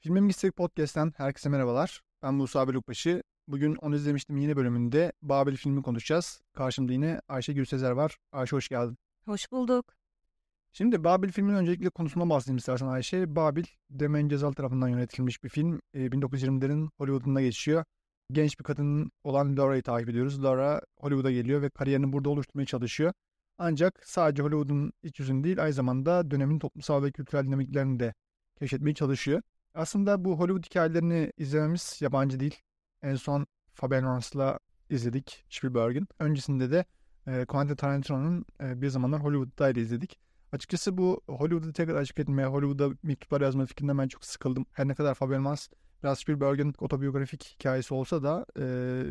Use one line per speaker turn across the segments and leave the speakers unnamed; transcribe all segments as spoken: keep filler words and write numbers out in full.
Filmim Gitsek Podcast'ten herkese merhabalar. Ben Musa Belukbaşı. Bugün Onu izlemiştim yeni bölümünde Babil filmi konuşacağız. Karşımda yine Ayşe Gülsezer var. Ayşe hoş geldin.
Hoş bulduk.
Şimdi Babil filminin öncelikle konusundan bahsedeyim istersen Ayşe. Babil, Damien Chazelle tarafından yönetilmiş bir film. Ee, bin dokuz yüz yirmilerin Hollywood'unda geçiyor. Genç bir kadın olan Laura'yı takip ediyoruz. Laura Hollywood'a geliyor ve kariyerini burada oluşturmaya çalışıyor. Ancak sadece Hollywood'un iç yüzünü değil, aynı zamanda dönemin toplumsal ve kültürel dinamiklerini de keşfetmeye çalışıyor. Aslında bu Hollywood hikayelerini izlememiz yabancı değil. En son Fabelmans'la izledik Spielberg'in. Öncesinde de e, Quentin Tarantino'nun e, bir zamanlar Hollywood'daydı izledik. Açıkçası bu Hollywood'u tekrar açık etmeye, Hollywood'a mektuplar yazma fikrinden ben çok sıkıldım. Her ne kadar Fabelmans biraz Spielberg'in otobiyografik hikayesi olsa da e,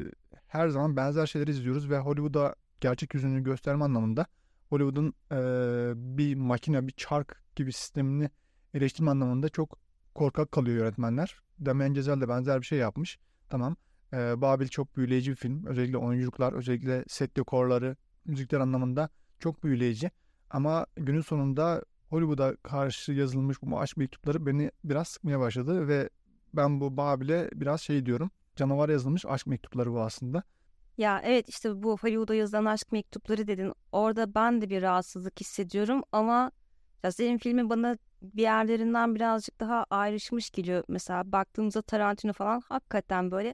her zaman benzer şeyleri izliyoruz ve Hollywood'a gerçek yüzünü gösterme anlamında Hollywood'un e, bir makine, bir çark gibi sistemini eleştirme anlamında çok korkak kalıyor yönetmenler. Damien Chazelle de benzer bir şey yapmış. Tamam. E, Babil çok büyüleyici bir film. Özellikle oyunculuklar, özellikle set dekorları, müzikler anlamında çok büyüleyici. Ama günün sonunda Hollywood'a karşı yazılmış bu aşk mektupları beni biraz sıkmaya başladı ve ben bu Babil'e biraz şey diyorum. Canavar yazılmış aşk mektupları bu aslında.
Ya evet işte bu Hollywood'a yazılan aşk mektupları dedin. Orada ben de bir rahatsızlık hissediyorum ama ya senin filmin bana bir yerlerinden birazcık daha ayrışmış geliyor. Mesela baktığımızda Tarantino falan hakikaten böyle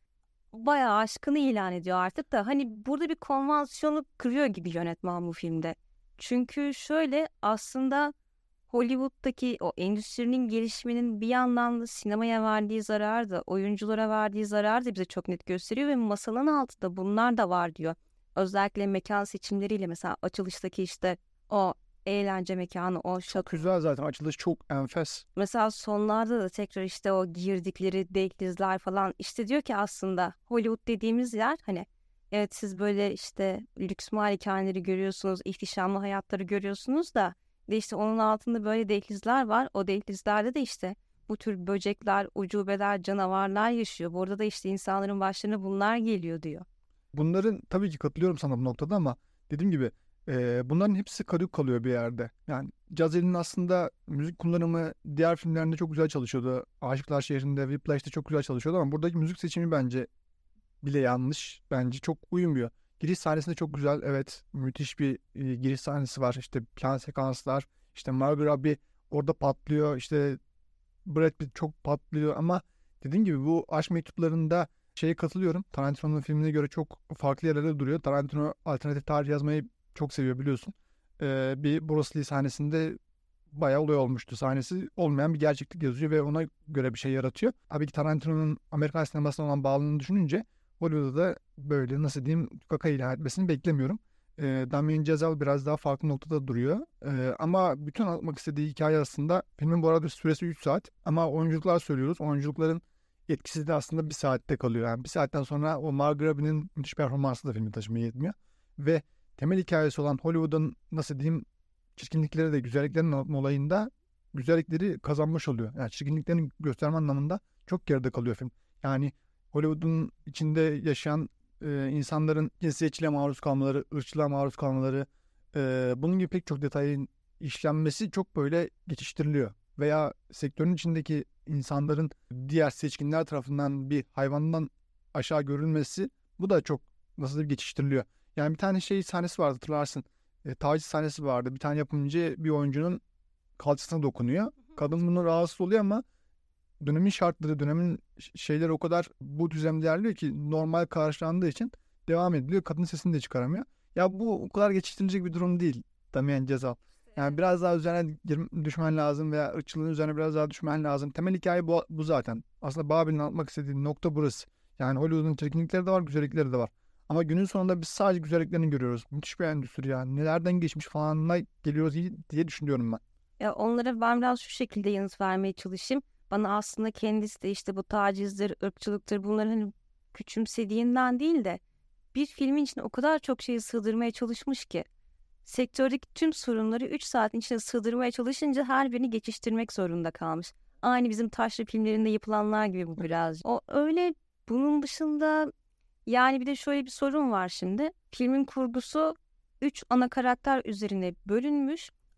bayağı aşkını ilan ediyor artık da hani burada bir konvansiyonu kırıyor gibi yönetmen bu filmde. Çünkü şöyle aslında Hollywood'daki o endüstrinin gelişiminin bir yandan da sinemaya verdiği zarar da oyunculara verdiği zarar da bize çok net gösteriyor ve masanın altında bunlar da var diyor. Özellikle mekan seçimleriyle mesela açılıştaki işte o eğlence mekanı, o
Çok
şato.
güzel zaten açılış çok enfes.
Mesela sonlarda da tekrar işte o girdikleri dehlizler falan işte diyor ki aslında Hollywood dediğimiz yer hani evet siz böyle işte lüks malikaneleri görüyorsunuz, ihtişamlı hayatları görüyorsunuz da de işte onun altında böyle dehlizler var. O dehlizlerde de işte bu tür böcekler, ucubeler, canavarlar yaşıyor. Burada da işte insanların başlarına bunlar geliyor diyor.
Bunların tabii ki katılıyorum sana bu noktada ama dediğim gibi e, bunların hepsi kadük kalıyor bir yerde. Yani Cazel'in aslında müzik kullanımı diğer filmlerinde çok güzel çalışıyordu. Aşıklar Şehri'nde, Whiplash'te çok güzel çalışıyordu ama buradaki müzik seçimi bence bile yanlış. Bence çok uyumuyor. Giriş sahnesinde çok güzel. Evet, müthiş bir e, giriş sahnesi var. İşte piano sekanslar. İşte Margot Robbie orada patlıyor. İşte Brad Pitt çok patlıyor ama dediğim gibi bu aşk mektuplarında şeye katılıyorum. Tarantino'nun filmine göre çok farklı yerlerde duruyor. Tarantino alternatif tarih yazmayı çok seviyor biliyorsun. Ee, bir Bruce Lee sahnesinde bayağı olay olmuştu. Sahnesi olmayan bir gerçeklik yazıyor ve ona göre bir şey yaratıyor. Tabii ki Tarantino'nun Amerikan sinemasına olan bağlılığını düşününce Hollywood'da da böyle nasıl diyeyim kaka ilan etmesini beklemiyorum. E, Damien Chazelle biraz daha farklı noktada duruyor. E, ama bütün anlatmak istediği hikaye aslında filmin bu arada süresi üç saat. Ama oyunculuklar söylüyoruz. Oyunculukların etkisi de aslında bir saatte kalıyor. Yani bir saatten sonra o Margot Robbie'nin müthiş performansı da filmi taşımaya yetmiyor. Ve temel hikayesi olan Hollywood'un nasıl diyeyim çirkinlikleri de güzelliklerin olayında güzellikleri kazanmış oluyor. Yani çirkinliklerini gösterme anlamında çok geride kalıyor film. Yani Hollywood'un içinde yaşayan e, insanların cinsiyetçiliğe maruz kalmaları, ırkçılığa maruz kalmaları, e, bunun gibi pek çok detayın işlenmesi çok böyle geçiştiriliyor. Veya sektörün içindeki insanların diğer seçkinler tarafından bir hayvandan aşağı görülmesi bu da çok nasıl diyeyim geçiştiriliyor. Yani bir tane şey sahnesi vardı hatırlarsın. E, taciz sahnesi vardı. Bir tane yapımcı bir oyuncunun kalçasına dokunuyor. Kadın bunu rahatsız oluyor ama dönemin şartları, dönemin ş- şeyleri o kadar bu düzlemde ilerliyor ki normal karşılandığı için devam ediliyor. Kadın sesini de çıkaramıyor. Ya bu o kadar geçiştirilecek bir durum değil. Damien Chazelle. Yani biraz daha üzerine girm- düşmen lazım veya ırkçılığın üzerine biraz daha düşmen lazım. Temel hikaye bu, bu zaten. Aslında Babil'in anlatmak istediği nokta burası. Yani Hollywood'un çirkinlikleri de var, güzellikleri de var. Ama günün sonunda biz sadece güzelliklerini görüyoruz. Müthiş bir endüstri yani. Nelerden geçmiş falanla geliyoruz diye düşünüyorum ben.
Ya onlara ben biraz şu şekilde yanıt vermeye çalışayım. Bana aslında kendisi de işte bu tacizdir, ırkçılıktır bunların hani küçümsediğinden değil de bir filmin içine o kadar çok şeyi sığdırmaya çalışmış ki sektördeki tüm sorunları üç saatin içine sığdırmaya çalışınca her birini geçiştirmek zorunda kalmış. Aynı bizim taşra filmlerinde yapılanlar gibi bu biraz. O öyle bunun dışında yani bir de şöyle bir sorun var şimdi. Filmin kurgusu üç ana karakter üzerine bölünmüş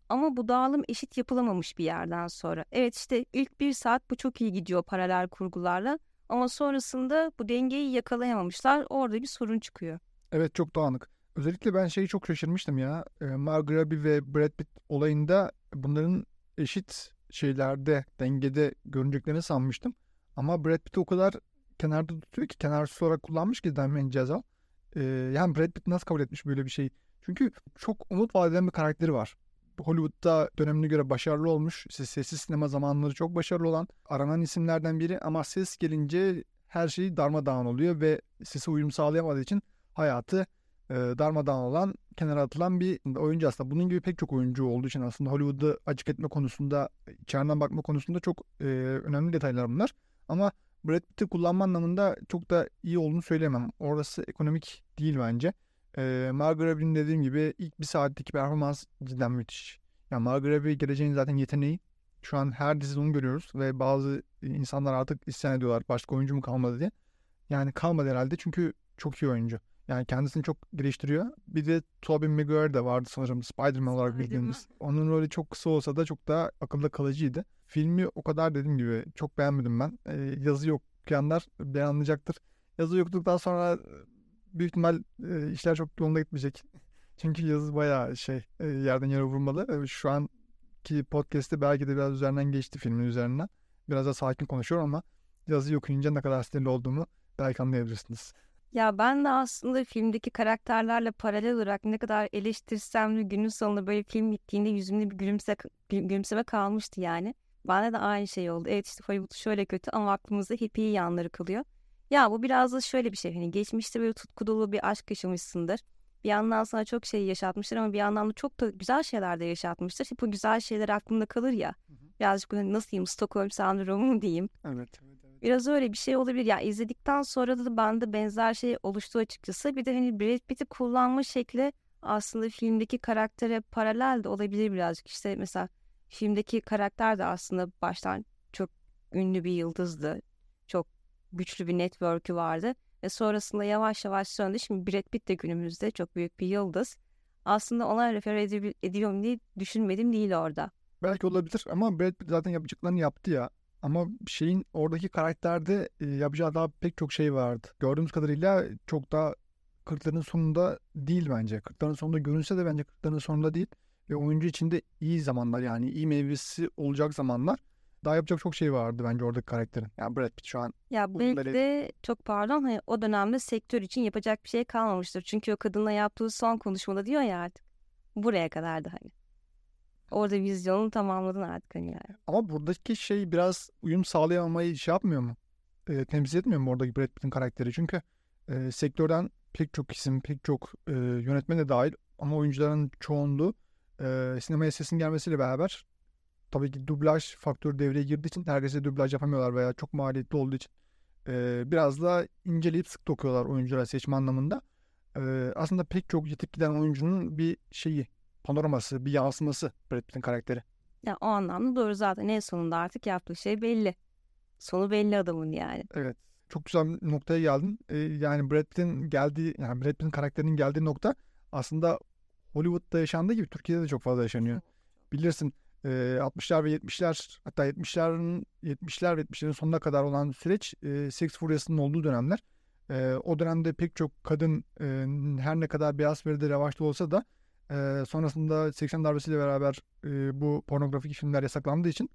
Ama bu dağılım eşit yapılamamış bir yerden sonra. Evet işte ilk bir saat bu çok iyi gidiyor paralel kurgularla. Ama sonrasında bu dengeyi yakalayamamışlar. Orada bir sorun çıkıyor.
Evet, çok dağınık. Özellikle ben şeyi çok şaşırmıştım ya. E, Margot Robbie ve Brad Pitt olayında bunların eşit şeylerde, dengede görüneceklerini sanmıştım. Ama Brad Pitt o kadar kenarda tutuyor ki, kenarsız olarak kullanmış ki Damien Chazelle. E, yani Brad Pitt nasıl kabul etmiş böyle bir şey? Çünkü çok umut vaat eden bir karakteri var. Hollywood'da dönemine göre başarılı olmuş, sessiz sinema zamanları çok başarılı olan, aranan isimlerden biri ama ses gelince her şey darmadağın oluyor ve sese uyum sağlayamadığı için hayatı e, darmadağın olan, kenara atılan bir oyuncu aslında. Bunun gibi pek çok oyuncu olduğu için aslında Hollywood'u açık etme konusunda, içeriden bakma konusunda çok e, önemli detaylar bunlar. Ama Brad Pitt'i kullanma anlamında çok da iyi olduğunu söyleyemem. Orası ekonomik değil bence. E, Margot Robbie'nin dediğim gibi ilk bir saatteki performans cidden müthiş. Yani Margot Robbie geleceğin zaten yeteneği. Şu an her dizide onu görüyoruz ve bazı insanlar artık isyan ediyorlar, başka oyuncu mu kalmadı diye. Yani kalmadı herhalde çünkü çok iyi oyuncu. Yani kendisini çok geliştiriyor. Bir de Tobey Maguire de vardı sanırım, Spider-Man olarak
Spider-Man.
bildiğimiz. Onun rolü çok kısa olsa da çok daha akılda kalıcıydı. Filmi o kadar, dediğim gibi, çok beğenmedim ben. Ee, yazı okuyanlar beğenecektir. Yazı okuduktan sonra e, büyük ihtimal e, işler çok yolunda gitmeyecek. Çünkü yazı bayağı şey, e, yerden yere vurmalı. E, şu anki podcast'te belki de biraz üzerinden geçti, filmin üzerinden. Biraz da sakin konuşuyorum ama yazıyı okuyunca ne kadar sinirli olduğumu belki anlayabilirsiniz.
Ya ben de aslında filmdeki karakterlerle paralel olarak ne kadar eleştirsem de günün sonunda böyle film bittiğinde yüzümde bir gülümse, gül- gülümseme kalmıştı yani. Bende de aynı şey oldu. Evet işte Hollywood şöyle kötü ama aklımızda hep iyi yanları kalıyor. Ya bu biraz da şöyle bir şey. Hani geçmişte böyle tutku dolu bir aşk yaşamışsındır. Bir yandan sana çok şey yaşatmıştır ama bir yandan da çok da güzel şeyler de yaşatmıştır. Hep o güzel şeyler aklında kalır ya.
Hı hı.
Birazcık böyle nasıl diyeyim, Stockholm sendromu mu diyeyim.
Evet, evet, evet.
Biraz öyle bir şey olabilir. Ya izledikten sonra da bende benzer şey oluştu açıkçası. Bir de hani Brad Pitt'i kullanma şekli aslında filmdeki karaktere paralel de olabilir birazcık. İşte mesela filmdeki karakter de aslında baştan çok ünlü bir yıldızdı. Çok güçlü bir network'ü vardı. Ve sonrasında yavaş yavaş söndü. Şimdi Brad Pitt de günümüzde çok büyük bir yıldız. Aslında ona refer edebil- ediyorum diye düşünmedim değil orada.
Belki olabilir ama Brad Pitt zaten yapacaklarını yaptı ya. Ama şeyin, oradaki karakterde e, yapacağı daha pek çok şey vardı. Gördüğümüz kadarıyla çok daha kırkların sonunda değil bence. kırkların sonunda görünse de bence kırkların sonunda değil. Ve oyuncu için de iyi zamanlar, yani iyi meyvesi olacak zamanlar. Daha yapacak çok şey vardı bence oradaki karakterin. Yani Brad Pitt şu an
Ya
uzun
belki
deli.
de çok pardon hani o dönemde sektör için yapacak bir şey kalmamıştır. Çünkü o kadınla yaptığı son konuşmada diyor ya artık buraya kadardı hani. Orada vizyonunu tamamladın artık hani yani.
Ama buradaki şey biraz uyum sağlayamamayı şey yapmıyor mu? E, temsil etmiyor mu oradaki Brad Pitt'in karakteri? Çünkü e, sektörden pek çok isim, pek çok e, yönetmen de dahil ama oyuncuların çoğunluğu e, sinemaya sesin gelmesiyle beraber, tabii ki dublaj faktörü devreye girdiği için herkese dublaj yapamıyorlar veya çok maliyetli olduğu için e, biraz da inceleyip sık dokuyorlar oyunculara seçme anlamında. E, aslında pek çok yetip giden oyuncunun bir şeyi, panoraması, bir yansıması Brad Pitt'in karakteri.
Ya o anlamda doğru zaten en sonunda artık yaptığı şey belli. Sonu belli adamın yani.
Evet. Çok güzel bir noktaya geldin. Ee, yani Brad Pitt'in geldiği, yani Brad Pitt'in karakterinin geldiği nokta aslında Hollywood'da yaşandığı gibi Türkiye'de de çok fazla yaşanıyor. Bilirsin, e, altmışlar ve yetmişler, hatta yetmişlerin yetmişler ve yetmişlerin sonuna kadar olan süreç e, Sex Furyası'nın olduğu dönemler. E, o dönemde pek çok kadın, e, her ne kadar beyaz peride revaçta olsa da e, sonrasında seksen darbesiyle beraber e, bu pornografik filmler yasaklandığı için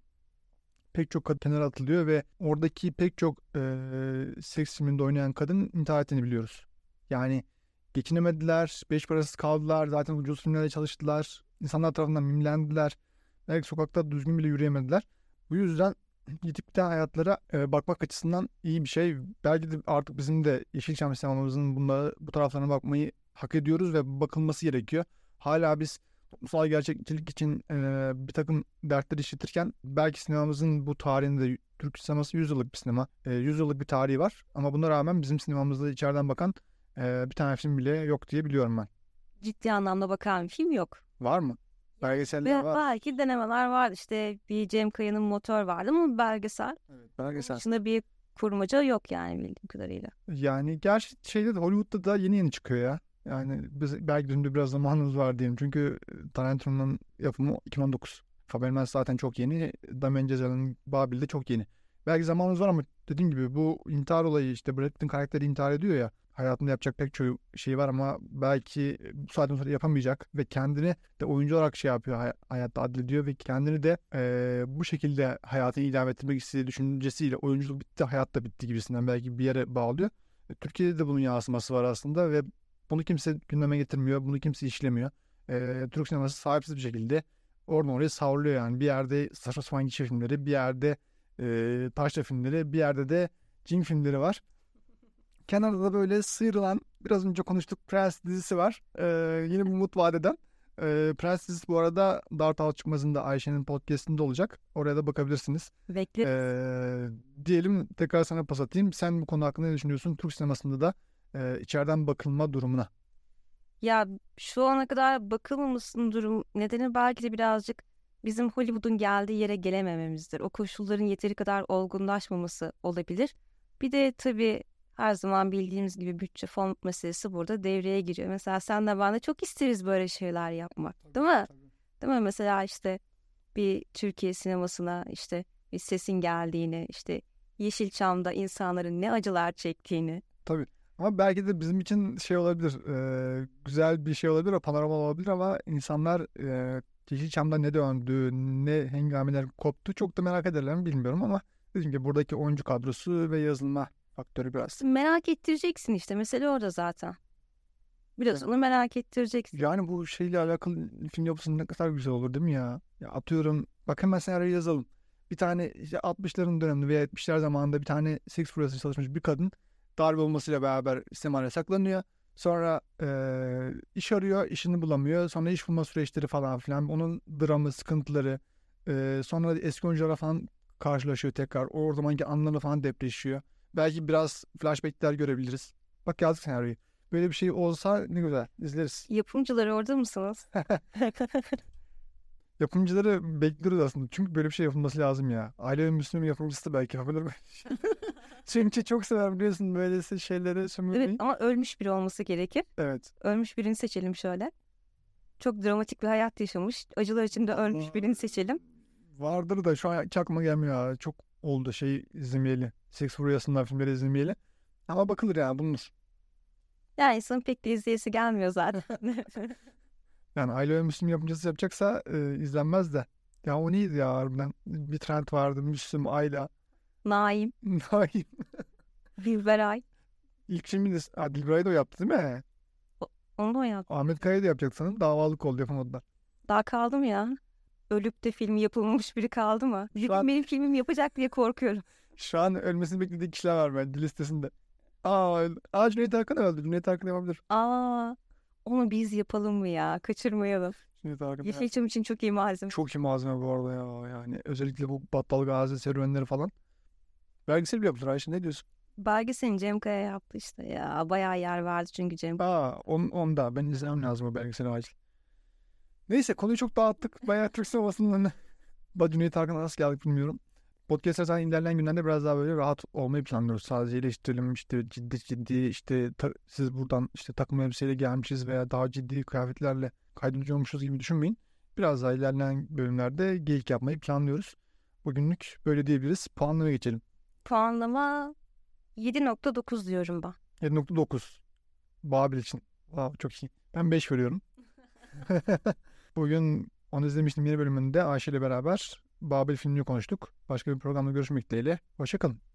pek çok kadın kenara atılıyor ve oradaki pek çok eee seks filminde oynayan kadın intihar ettiğini biliyoruz. Yani geçinemediler, beş parasız kaldılar, zaten ucuz filmlerde çalıştılar, insanlar tarafından mimlendiler, belki sokakta düzgün bile yürüyemediler. Bu yüzden gidip de hayatlara e, bakmak açısından iyi bir şey. Belki de artık bizim de Yeşilçam sinemamızın bunlara, bu taraflarına bakmayı hak ediyoruz ve bakılması gerekiyor. Hala biz toplumsal gerçekçilik için e, bir takım dertler işitirken belki sinemamızın bu tarihinde, Türk sineması yüz yıllık bir sinema. E, yüz yıllık bir tarihi var ama buna rağmen bizim sinemamızda içeriden bakan e, bir tane film bile yok diye biliyorum ben.
Ciddi anlamda bakan bir film yok.
Var mı? Belgeseller
Ve
var.
belki denemeler vardı. İşte bir Cem Kaya'nın Motor vardı ama belgesel.
Evet,
Onun
belgesel.
dışında bir kurmaca yok yani bildiğim kadarıyla.
Yani gerçi şeyde de, Hollywood'da da yeni yeni çıkıyor ya. Yani biz belki de biraz zamanımız var diyelim. Çünkü Tarantino'nun yapımı iki bin on dokuz. Fabelmans zaten çok yeni. Damien Chazelle'ın Babil de çok yeni. Belki zamanımız var ama dediğim gibi bu intihar olayı, işte Brad Pitt'in karakteri intihar ediyor ya. Hayatında yapacak pek çok şey var ama belki bu saatten sonra yapamayacak ve kendini de oyuncu olarak şey yapıyor, hay- hayatta adlediyor ve kendini de eee, bu şekilde hayatını idame ettirmek istediği düşüncesiyle oyunculuk bitti, hayat da bitti gibisinden belki bir yere bağlıyor. E, Türkiye'de de bunun yansıması var aslında ve bunu kimse gündeme getirmiyor, bunu kimse işlemiyor. Eee, Türk sineması sahipsiz bir şekilde oradan oraya savruluyor yani. Bir yerde saçma sapan gişe filmleri, bir yerde eee taşra filmleri, bir yerde de cin filmleri var. Kenarda da böyle sıyrılan, biraz önce konuştuk, Prens dizisi var. Ee, yine bir umut vaat eden. Ee, Prens dizisi bu arada Dartal Çıkmaz'ın da Ayşe'nin podcastinde olacak. Oraya da bakabilirsiniz.
Bekleriz.
Ee, diyelim tekrar sana pas atayım. Sen bu konu hakkında ne düşünüyorsun? Türk sinemasında da e, içeriden bakılma durumuna.
Ya şu ana kadar bakılmamasının durum nedeni belki de birazcık bizim Hollywood'un geldiği yere gelemememizdir. O koşulların yeteri kadar olgunlaşmaması olabilir. Bir de tabii her zaman bildiğimiz gibi bütçe fon meselesi burada devreye giriyor. Mesela sen de ben de çok isteriz böyle şeyler yapmak, değil mi? Değil mi? Mesela işte bir Türkiye sinemasına işte bir sesin geldiğini, işte Yeşilçam'da insanların ne acılar çektiğini.
Tabii. Ama belki de bizim için şey olabilir, e, güzel bir şey olabilir, o panorama olabilir ama insanlar e, Yeşilçam'da ne döndü, ne hengameler koptu çok da merak ederler mi bilmiyorum ama dediğim gibi buradaki oyuncu kadrosu ve yazılma faktörü biraz.
Merak ettireceksin işte. Mesele orada zaten. Biraz
Evet.
onu merak ettireceksin.
Yani bu şeyle alakalı film yapısı ne kadar güzel olur değil mi ya? Ya atıyorum, bak hemen senaryo yazalım. Bir tane işte altmışların döneminde veya yetmişler zamanında bir tane seks furyası çalışmış bir kadın darbe olmasıyla beraber istemhane saklanıyor. Sonra eee, iş arıyor, işini bulamıyor. Sonra iş bulma süreçleri falan filan. Onun dramı, sıkıntıları. Eee, sonra eski oyuncularla falan karşılaşıyor tekrar. O zamanki anılarla falan depreşiyor. Belki biraz flashbackler görebiliriz. Bak yazdık senaryoyu. Böyle bir şey olsa ne güzel, izleriz.
Yapımcıları orada mısınız?
Yapımcıları bekliyoruz aslında. Çünkü böyle bir şey yapılması lazım ya. Aile ve Müslüm yapımcısı da belki yapabilir mi? Çünkü çok sever biliyorsun böyle şeyleri
Evet
sömürmeyi.
ama ölmüş biri olması gerekir.
Evet.
Ölmüş birini seçelim şöyle. Çok dramatik bir hayat yaşamış. Acılar içinde ölmüş birini seçelim.
Vardır da şu an hiç aklıma gelmiyor ya. Çok oldu şey izlemeyeli. Seks furyasından filmleri izlemeyeli. Ama bakılır ya, bulunur.
Yani insanın pek de izleyesi gelmiyor zaten.
Yani Aile ve Müslüm yapımcısı yapacaksa e, izlenmez de. Ya o neydi ya harbiden? Bir trend vardı. Müslüm, Ayla.
Naim,
Naim.
Dilberay.
İlk filmini de ha, Dilberay'ı da o yaptı değil mi?
O- Onu da o yaptı.
Ahmet Kaya'yı da yapacak sanırım. Davalık oldu, yapamadılar.
Daha kaldı mı ya? Ölüp de film yapılmamış biri kaldı mı? Bir
Şu an,
gün benim filmim yapacak diye korkuyorum.
şu an ölmesini beklediği kişiler var bence listesinde. Aa, öyle. Aa, Cüneyt Arkın öldü. Cüneyt Arkın yapabilir.
Aa, onu biz yapalım mı ya? Kaçırmayalım.
Cüneyt Arkın ya.
Yeşilçam için çok iyi malzeme.
Çok iyi malzeme bu arada ya. Yani özellikle bu Battal Gazi serüvenleri falan. Belgesel bile yapılır Ayşe, ne diyorsun?
Belgeselini Cem Kaya yaptı işte ya. Bayağı yer verdi çünkü Cem.
Aa, on, onda. Ben izlemem lazım o belgeseli acil. Neyse, konuyu çok dağıttık. Bayağı Türk sinemasının da Cüneyt Arkın'a nasıl geldik bilmiyorum. Podcast'ler zaten ilerleyen günlerde biraz daha böyle rahat olmayı planlıyoruz. Sadece eleştirelim işte, ciddi ciddi işte ta- siz buradan işte takım elbiseyle gelmişiz veya daha ciddi kıyafetlerle kaydediyormuşuz gibi düşünmeyin. Biraz daha ilerleyen bölümlerde geyik yapmayı planlıyoruz. Bugünlük böyle diyebiliriz. Puanlamaya geçelim.
Puanlama yedi nokta dokuz diyorum ben.
yedi nokta dokuz. Babil için. Wow, çok iyi. Ben beş veriyorum. Bugün onu izlemiştim yeni bölümünde Ayşe ile beraber Babil filmini konuştuk. Başka bir programda görüşmek dileğiyle. Hoşçakalın.